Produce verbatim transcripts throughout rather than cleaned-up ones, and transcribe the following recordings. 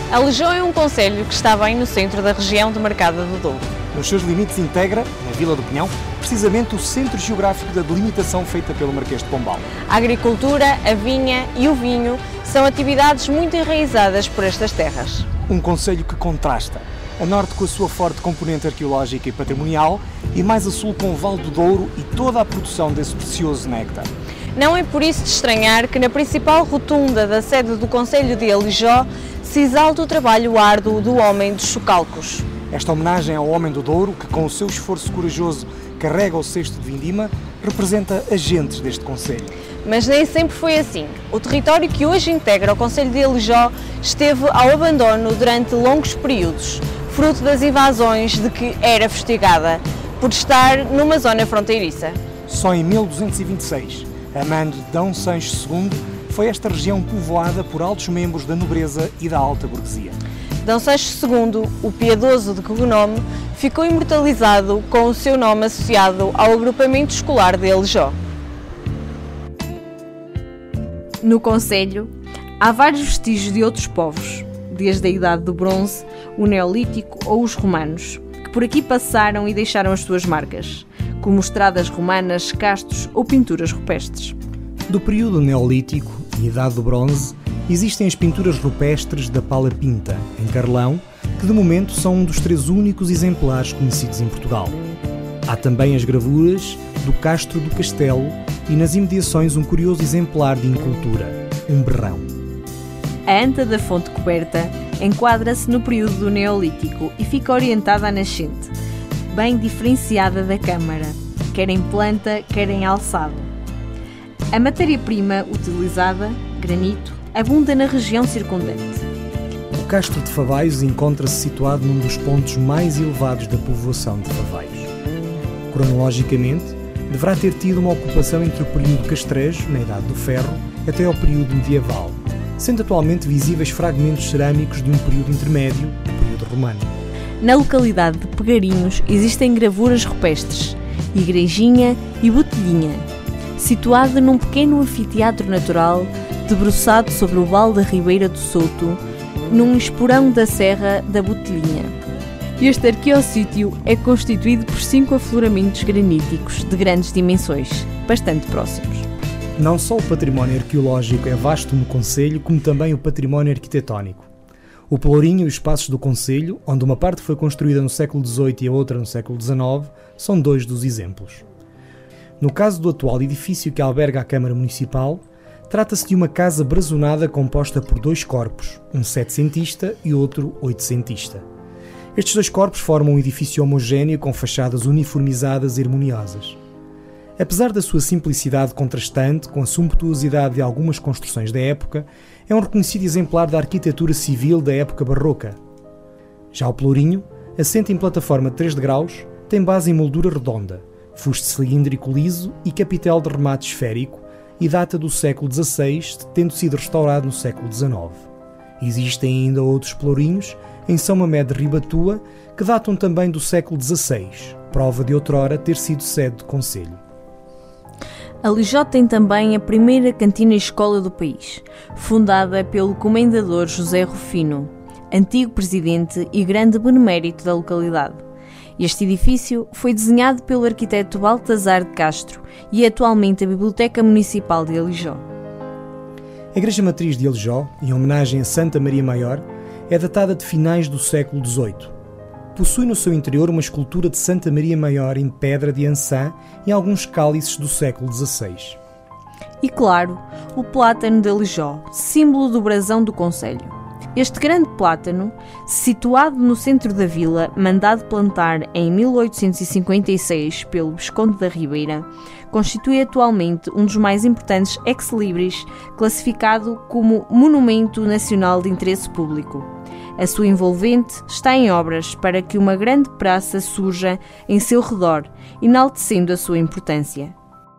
Alijó é um concelho que está bem no centro da região demarcada do Douro. Nos seus limites integra, na Vila do Pinhão, precisamente o centro geográfico da delimitação feita pelo Marquês de Pombal. A agricultura, a vinha e o vinho são atividades muito enraizadas por estas terras. Um concelho que contrasta, a norte com a sua forte componente arqueológica e patrimonial e mais a sul com o Vale do Douro e toda a produção desse precioso néctar. Não é por isso de estranhar que na principal rotunda da sede do concelho de Alijó se exalta o trabalho árduo do homem dos chocalcos. Esta homenagem ao homem do Douro, que com o seu esforço corajoso carrega o cesto de vindima, representa agentes deste concelho. Mas nem sempre foi assim. O território que hoje integra o concelho de Alijó esteve ao abandono durante longos períodos, fruto das invasões de que era fustigada, por estar numa zona fronteiriça. Só em mil duzentos e vinte e seis, a mando de D. Sancho segundo, foi esta região povoada por altos membros da nobreza e da alta burguesia. D. Sancho segundo, o piedoso de cognome, ficou imortalizado com o seu nome associado ao agrupamento escolar de Alijó. No concelho, há vários vestígios de outros povos, desde a Idade do Bronze, o Neolítico ou os romanos, que por aqui passaram e deixaram as suas marcas, como estradas romanas, castros ou pinturas rupestres. Do período Neolítico e Idade do Bronze, existem as pinturas rupestres da Pala Pinta, em Carlão, que de momento são um dos três únicos exemplares conhecidos em Portugal. Há também as gravuras do Castro do Castelo e nas imediações um curioso exemplar de incultura, um berrão. A anta da fonte coberta enquadra-se no período do Neolítico e fica orientada à nascente, bem diferenciada da câmara, quer em planta, quer em alçado. A matéria-prima utilizada, granito, abunda na região circundante. O Castro de Favaios encontra-se situado num dos pontos mais elevados da povoação de Favaios. Cronologicamente, deverá ter tido uma ocupação entre o período castrejo, na Idade do Ferro, até ao período medieval, sendo atualmente visíveis fragmentos cerâmicos de um período intermédio, o período romano. Na localidade de Pegarinhos existem gravuras rupestres, Igrejinha e Botelhinha, situado num pequeno anfiteatro natural debruçado sobre o vale da Ribeira do Souto, num esporão da Serra da Botelhinha. Este arqueossítio é constituído por cinco afloramentos graníticos de grandes dimensões, bastante próximos. Não só o património arqueológico é vasto no concelho, como também o património arquitetónico. O Pelourinho e os espaços do concelho, onde uma parte foi construída no século dezoito e a outra no século dezenove, são dois dos exemplos. No caso do atual edifício que alberga a Câmara Municipal, trata-se de uma casa brazonada composta por dois corpos, um setecentista e outro oitocentista. Estes dois corpos formam um edifício homogéneo com fachadas uniformizadas e harmoniosas. Apesar da sua simplicidade contrastante com a sumptuosidade de algumas construções da época, é um reconhecido exemplar da arquitetura civil da época barroca. Já o Pelourinho, assente em plataforma de três degraus, tem base em moldura redonda, fuste cilíndrico liso e capitel de remate esférico, e data do século dezasseis, tendo sido restaurado no século dezenove. Existem ainda outros pelourinhos, em São Mamé de Ribatua, que datam também do século dezasseis, prova de outrora ter sido sede de concelho. Alijó tem também a primeira cantina-escola do país, fundada pelo comendador José Rufino, antigo presidente e grande benemérito da localidade. Este edifício foi desenhado pelo arquiteto Baltazar de Castro e é atualmente a Biblioteca Municipal de Alijó. A Igreja Matriz de Alijó, em homenagem a Santa Maria Maior, é datada de finais do século dezoito. Possui no seu interior uma escultura de Santa Maria Maior em pedra de Ançã e alguns cálices do século dezasseis. E claro, o plátano de Alijó, símbolo do brasão do concelho. Este grande plátano, situado no centro da vila, mandado plantar em mil oitocentos e cinquenta e seis pelo Visconde da Ribeira, constitui atualmente um dos mais importantes ex-libris, classificado como Monumento Nacional de Interesse Público. A sua envolvente está em obras para que uma grande praça surja em seu redor, enaltecendo a sua importância.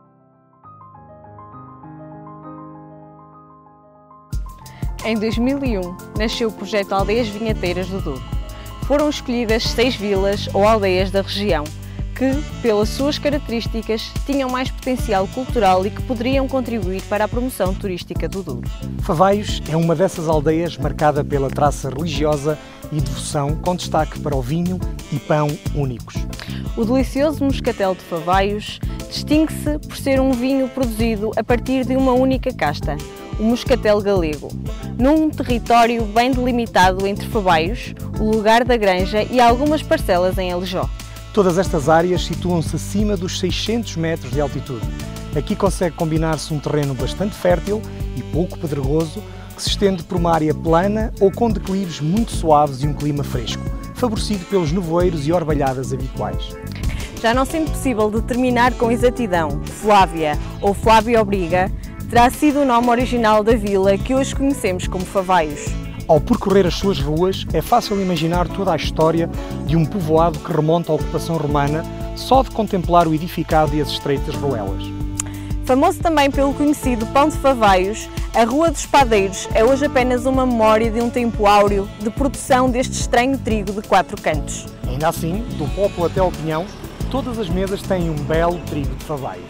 Em dois mil e um, nasceu o projeto Aldeias Vinheteiras do Douro. Foram escolhidas seis vilas ou aldeias da região, que, pelas suas características, tinham mais potencial cultural e que poderiam contribuir para a promoção turística do Douro. Favaios é uma dessas aldeias marcada pela traça religiosa e devoção, com destaque para o vinho e pão únicos. O delicioso moscatel de Favaios distingue-se por ser um vinho produzido a partir de uma única casta, o moscatel galego, num território bem delimitado entre Favaios, o lugar da Granja e algumas parcelas em Alijó. Todas estas áreas situam-se acima dos seiscentos metros de altitude. Aqui consegue combinar-se um terreno bastante fértil e pouco pedregoso, que se estende por uma área plana ou com declives muito suaves e um clima fresco, favorecido pelos nevoeiros e orvalhadas habituais. Já não sendo possível determinar com exatidão Flávia ou Flávio Obriga, terá sido o nome original da vila que hoje conhecemos como Favaios. Ao percorrer as suas ruas, é fácil imaginar toda a história de um povoado que remonta à ocupação romana, só de contemplar o edificado e as estreitas ruelas. Famoso também pelo conhecido Pão de Favaios, a Rua dos Padeiros é hoje apenas uma memória de um tempo áureo de produção deste estranho trigo de quatro cantos. Ainda assim, do Pópulo até ao Pinhão, todas as mesas têm um belo trigo de Favaios.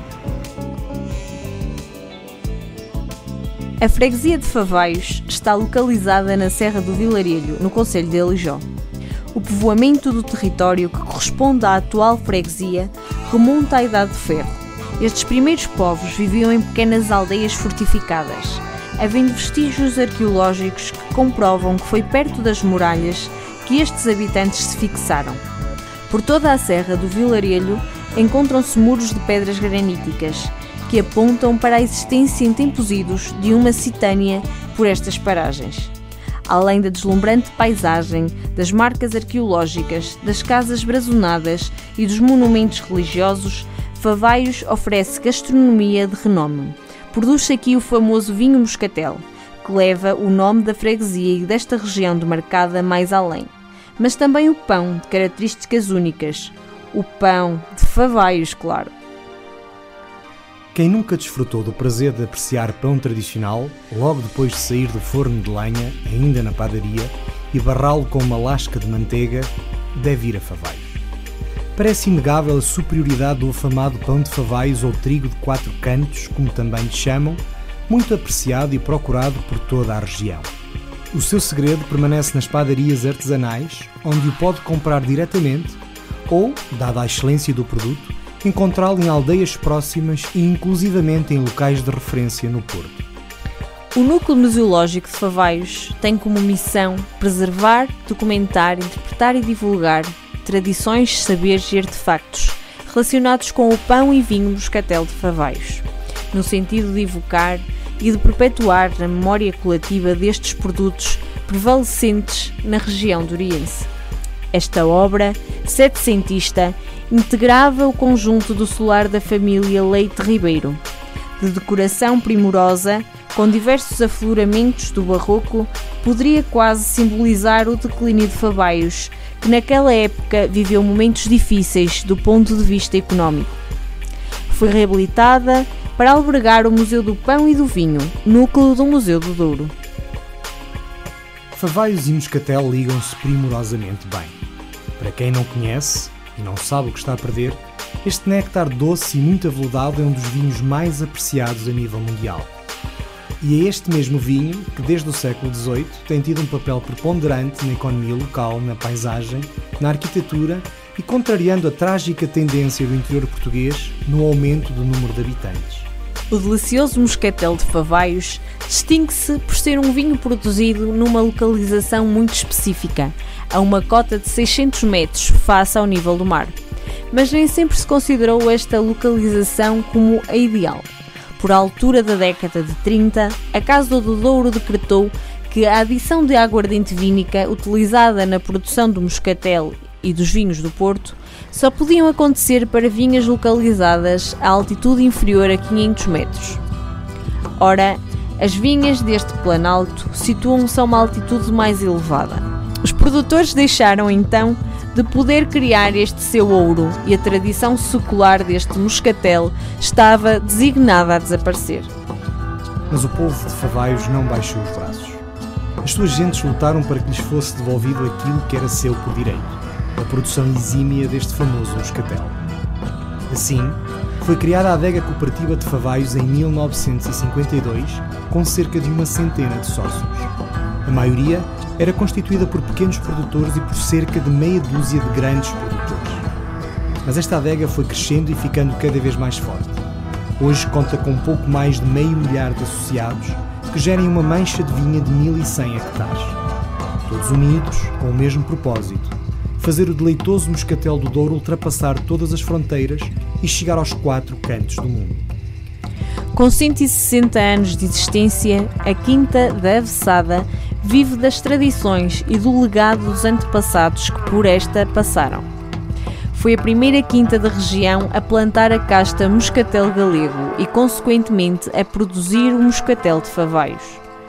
A freguesia de Favaios está localizada na Serra do Vilarejo, no concelho de Alijó. O povoamento do território, que corresponde à atual freguesia, remonta à Idade de Ferro. Estes primeiros povos viviam em pequenas aldeias fortificadas, havendo vestígios arqueológicos que comprovam que foi perto das muralhas que estes habitantes se fixaram. Por toda a Serra do Vilarejo encontram-se muros de pedras graníticas, que apontam para a existência em tempos idos de uma citânia por estas paragens. Além da deslumbrante paisagem, das marcas arqueológicas, das casas brazonadas e dos monumentos religiosos, Favaios oferece gastronomia de renome. Produz-se aqui o famoso vinho moscatel, que leva o nome da freguesia e desta região demarcada mais além. Mas também o pão, de características únicas. O pão de Favaios, claro. Quem nunca desfrutou do prazer de apreciar pão tradicional, logo depois de sair do forno de lenha, ainda na padaria, e barrá-lo com uma lasca de manteiga, deve ir a Favaios. Parece inegável a superioridade do afamado pão de Favaios ou trigo de quatro cantos, como também lhe chamam, muito apreciado e procurado por toda a região. O seu segredo permanece nas padarias artesanais, onde o pode comprar diretamente ou, dada a excelência do produto, encontrá-lo em aldeias próximas e inclusivamente em locais de referência no Porto. O Núcleo Museológico de Favaios tem como missão preservar, documentar, interpretar e divulgar tradições, saberes e artefactos relacionados com o pão e vinho moscatel de Favaios, no sentido de evocar e de perpetuar a memória coletiva destes produtos prevalecentes na região doriense. Esta obra, setecentista, integrava o conjunto do solar da família Leite Ribeiro, de decoração primorosa, com diversos afloramentos do barroco, poderia quase simbolizar o declínio de Favaios, que naquela época viveu momentos difíceis do ponto de vista económico. Foi reabilitada para albergar o Museu do Pão e do Vinho, núcleo do Museu do Douro. Favaios e moscatel ligam-se primorosamente bem. Para quem não conhece e não sabe o que está a perder, este néctar doce e muito aveludado é um dos vinhos mais apreciados a nível mundial. E é este mesmo vinho que, desde o século dezoito, tem tido um papel preponderante na economia local, na paisagem, na arquitetura e contrariando a trágica tendência do interior português no aumento do número de habitantes. O delicioso moscatel de Favaios distingue-se por ser um vinho produzido numa localização muito específica, a uma cota de seiscentos metros face ao nível do mar. Mas nem sempre se considerou esta localização como a ideal. Por altura da década de trinta, a Casa do Douro decretou que a adição de aguardente vínica utilizada na produção do moscatel e dos vinhos do Porto só podiam acontecer para vinhas localizadas a altitude inferior a quinhentos metros. Ora, as vinhas deste planalto situam-se a uma altitude mais elevada. Os produtores deixaram então de poder criar este seu ouro e a tradição secular deste moscatel estava designada a desaparecer. Mas o povo de Favaios não baixou os braços. As suas gentes lutaram para que lhes fosse devolvido aquilo que era seu por direito. a produção exímia deste famoso moscatel. Assim, foi criada a Adega Cooperativa de Favaios em mil novecentos e cinquenta e dois, com cerca de uma centena de sócios. A maioria era constituída por pequenos produtores e por cerca de meia dúzia de grandes produtores. Mas esta adega foi crescendo e ficando cada vez mais forte. Hoje conta com um pouco mais de meio milhar de associados que gerem uma mancha de vinha de mil e cem hectares. Todos unidos com o mesmo propósito: fazer o deleitoso moscatel do Douro ultrapassar todas as fronteiras e chegar aos quatro cantos do mundo. Com cento e sessenta anos de existência, a Quinta da Avessada vive das tradições e do legado dos antepassados que por esta passaram. Foi a primeira quinta da região a plantar a casta moscatel galego e, consequentemente, a produzir o moscatel de Favaios.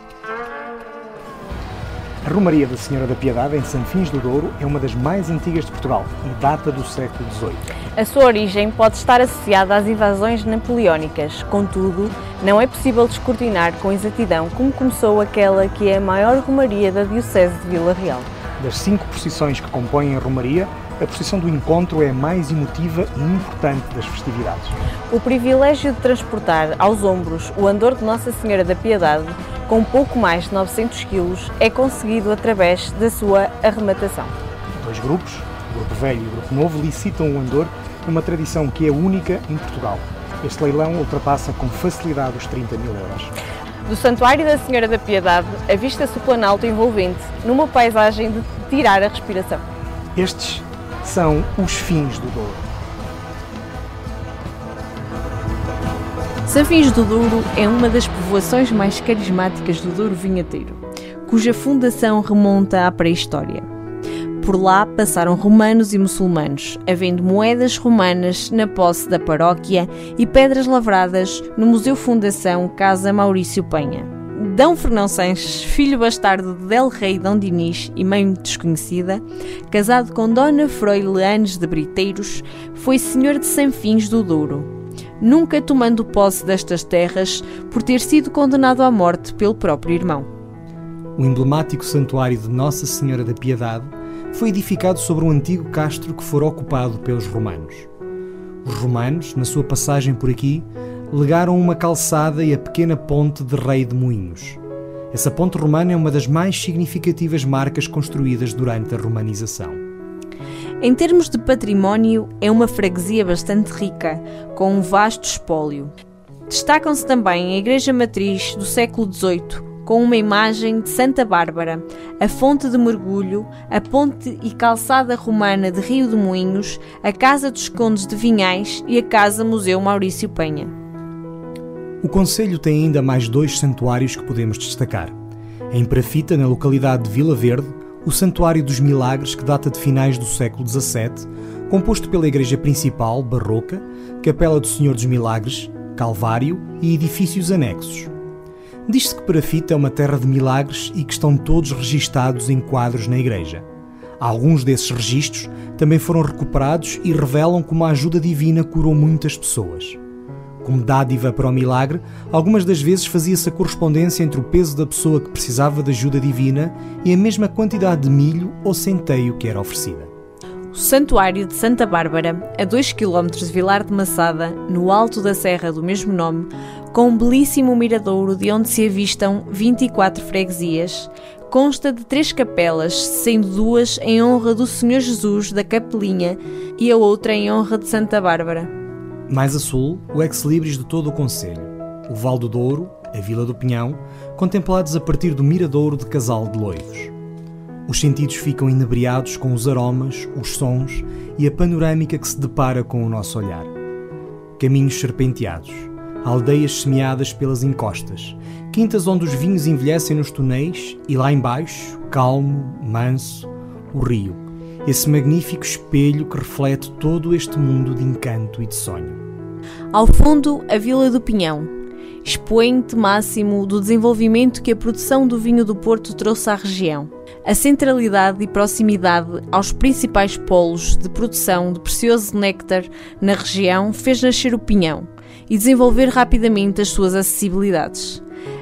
A Romaria da Senhora da Piedade, em Sanfins do Douro, é uma das mais antigas de Portugal e data do século dezoito. A sua origem pode estar associada às invasões napoleónicas, contudo, não é possível descortinar com exatidão como começou aquela que é a maior romaria da Diocese de Vila Real. Das cinco procissões que compõem a Romaria, a procissão do Encontro é a mais emotiva e importante das festividades. O privilégio de transportar aos ombros o andor de Nossa Senhora da Piedade, com pouco mais de novecentos quilos, é conseguido através da sua arrematação. Dois grupos, o Grupo Velho e o Grupo Novo, licitam o andor numa tradição que é única em Portugal. Este leilão ultrapassa com facilidade os trinta mil euros. Do Santuário da Senhora da Piedade, avista-se o Planalto envolvente, numa paisagem de tirar a respiração. Estes são os fins do Douro. Sanfins do Douro é uma das povoações mais carismáticas do Douro vinheteiro, cuja fundação remonta à pré-história. Por lá passaram romanos e muçulmanos, havendo moedas romanas na posse da paróquia e pedras lavradas no Museu Fundação Casa Maurício Penha. D. Fernão Sanches, filho bastardo de Del Rei Dom Dinis e mãe desconhecida, casado com Dona Froi Leanes de Briteiros, foi senhor de Sanfins do Douro, nunca tomando posse destas terras por ter sido condenado à morte pelo próprio irmão. O emblemático santuário de Nossa Senhora da Piedade foi edificado sobre um antigo castro que fora ocupado pelos romanos. Os romanos, na sua passagem por aqui, legaram uma calçada e a pequena ponte de Rei de Moinhos. Essa ponte romana é uma das mais significativas marcas construídas durante a romanização. Em termos de património, é uma freguesia bastante rica, com um vasto espólio. Destacam-se também a Igreja Matriz do século dezoito, com uma imagem de Santa Bárbara, a fonte de mergulho, a ponte e calçada romana de Rio de Moinhos, a Casa dos Condes de Vinhais e a Casa Museu Maurício Penha. O concelho tem ainda mais dois santuários que podemos destacar. Em Perafita, na localidade de Vila Verde, o Santuário dos Milagres, que data de finais do século dezassete, composto pela igreja principal, barroca, Capela do Senhor dos Milagres, Calvário e edifícios anexos. Diz-se que Perafita é uma terra de milagres e que estão todos registados em quadros na igreja. Alguns desses registros também foram recuperados e revelam como a ajuda divina curou muitas pessoas. Como dádiva para o milagre, algumas das vezes fazia-se a correspondência entre o peso da pessoa que precisava de ajuda divina e a mesma quantidade de milho ou centeio que era oferecida. O Santuário de Santa Bárbara, a dois quilómetros de Vilar de Massada, no alto da serra do mesmo nome, com um belíssimo miradouro de onde se avistam vinte e quatro freguesias, consta de três capelas, sendo duas em honra do Senhor Jesus da Capelinha e a outra em honra de Santa Bárbara. Mais a sul, o ex-libris de todo o concelho, o Val do Douro, a Vila do Pinhão, contemplados a partir do miradouro de Casal de Loivos. Os sentidos ficam inebriados com os aromas, os sons e a panorâmica que se depara com o nosso olhar. Caminhos serpenteados, aldeias semeadas pelas encostas, quintas onde os vinhos envelhecem nos tonéis e lá embaixo, calmo, manso, o rio, esse magnífico espelho que reflete todo este mundo de encanto e de sonho. Ao fundo, a Vila do Pinhão, expoente máximo do desenvolvimento que a produção do vinho do Porto trouxe à região. A centralidade e proximidade aos principais polos de produção de precioso néctar na região fez nascer o Pinhão e desenvolver rapidamente as suas acessibilidades.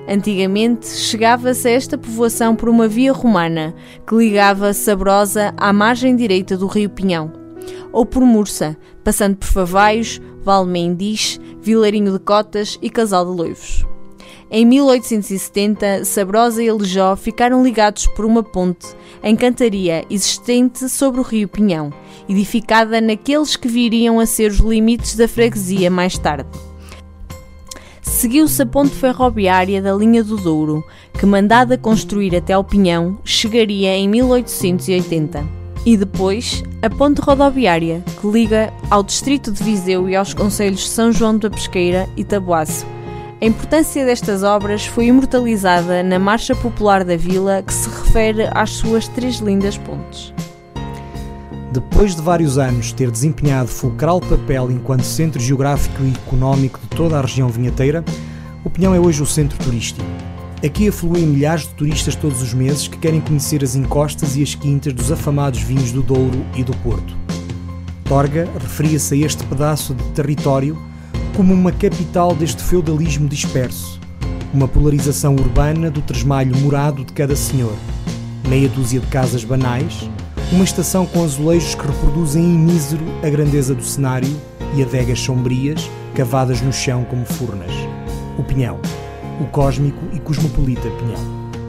Antigamente, chegava-se a esta povoação por uma via romana que ligava Sabrosa à margem direita do rio Pinhão, ou por Mursa, passando por Favaios, Valmendiz, Vilarinho de Cotas e Casal de Loivos. Em mil oitocentos e setenta, Sabrosa e Alijó ficaram ligados por uma ponte em cantaria existente sobre o rio Pinhão, edificada naqueles que viriam a ser os limites da freguesia mais tarde. Seguiu-se a ponte ferroviária da linha do Douro, que, mandada construir até ao Pinhão, chegaria em mil oitocentos e oitenta. E depois, a ponte rodoviária, que liga ao distrito de Viseu e aos concelhos de São João da Pesqueira e Taboaço. A importância destas obras foi imortalizada na Marcha Popular da Vila, que se refere às suas três lindas pontes. Depois de vários anos ter desempenhado fulcral papel enquanto centro geográfico e económico de toda a região vinheteira, o Pinhão é hoje o centro turístico. Aqui afluem milhares de turistas todos os meses que querem conhecer as encostas e as quintas dos afamados vinhos do Douro e do Porto. Torga referia-se a este pedaço de território como uma capital deste feudalismo disperso, uma polarização urbana do tresmalho morado de cada senhor, meia dúzia de casas banais, uma estação com azulejos que reproduzem em mísero a grandeza do cenário e adegas sombrias cavadas no chão como furnas. O Pinhão, o cósmico e cosmopolita Pinhão.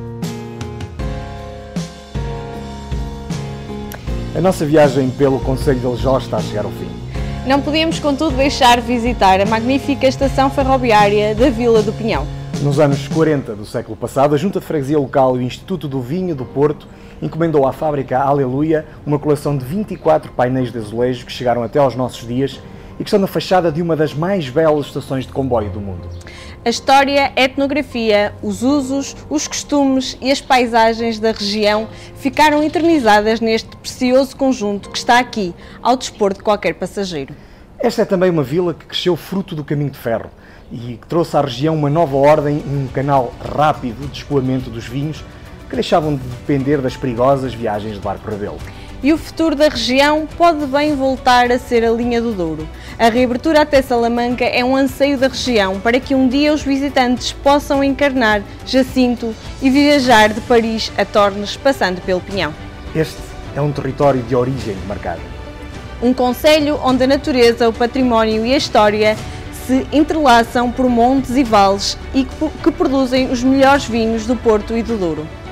A nossa viagem pelo concelho de Alijó está a chegar ao fim. Não podíamos, contudo, deixar visitar a magnífica estação ferroviária da Vila do Pinhão. Nos anos quarenta do século passado, a Junta de Freguesia Local e o Instituto do Vinho do Porto encomendou à fábrica Aleluia uma coleção de vinte e quatro painéis de azulejo que chegaram até aos nossos dias e que estão na fachada de uma das mais belas estações de comboio do mundo. A história, a etnografia, os usos, os costumes e as paisagens da região ficaram eternizadas neste precioso conjunto que está aqui, ao dispor de qualquer passageiro. Esta é também uma vila que cresceu fruto do caminho de ferro e que trouxe à região uma nova ordem e um canal rápido de escoamento dos vinhos que deixavam de depender das perigosas viagens de barco rebelo. E o futuro da região pode bem voltar a ser a linha do Douro. A reabertura até Salamanca é um anseio da região para que um dia os visitantes possam encarnar Jacinto e viajar de Paris a Tornes, passando pelo Pinhão. Este é um território de origem marcada. Um concelho onde a natureza, o património e a história se entrelaçam por montes e vales e que, que produzem os melhores vinhos do Porto e do Douro.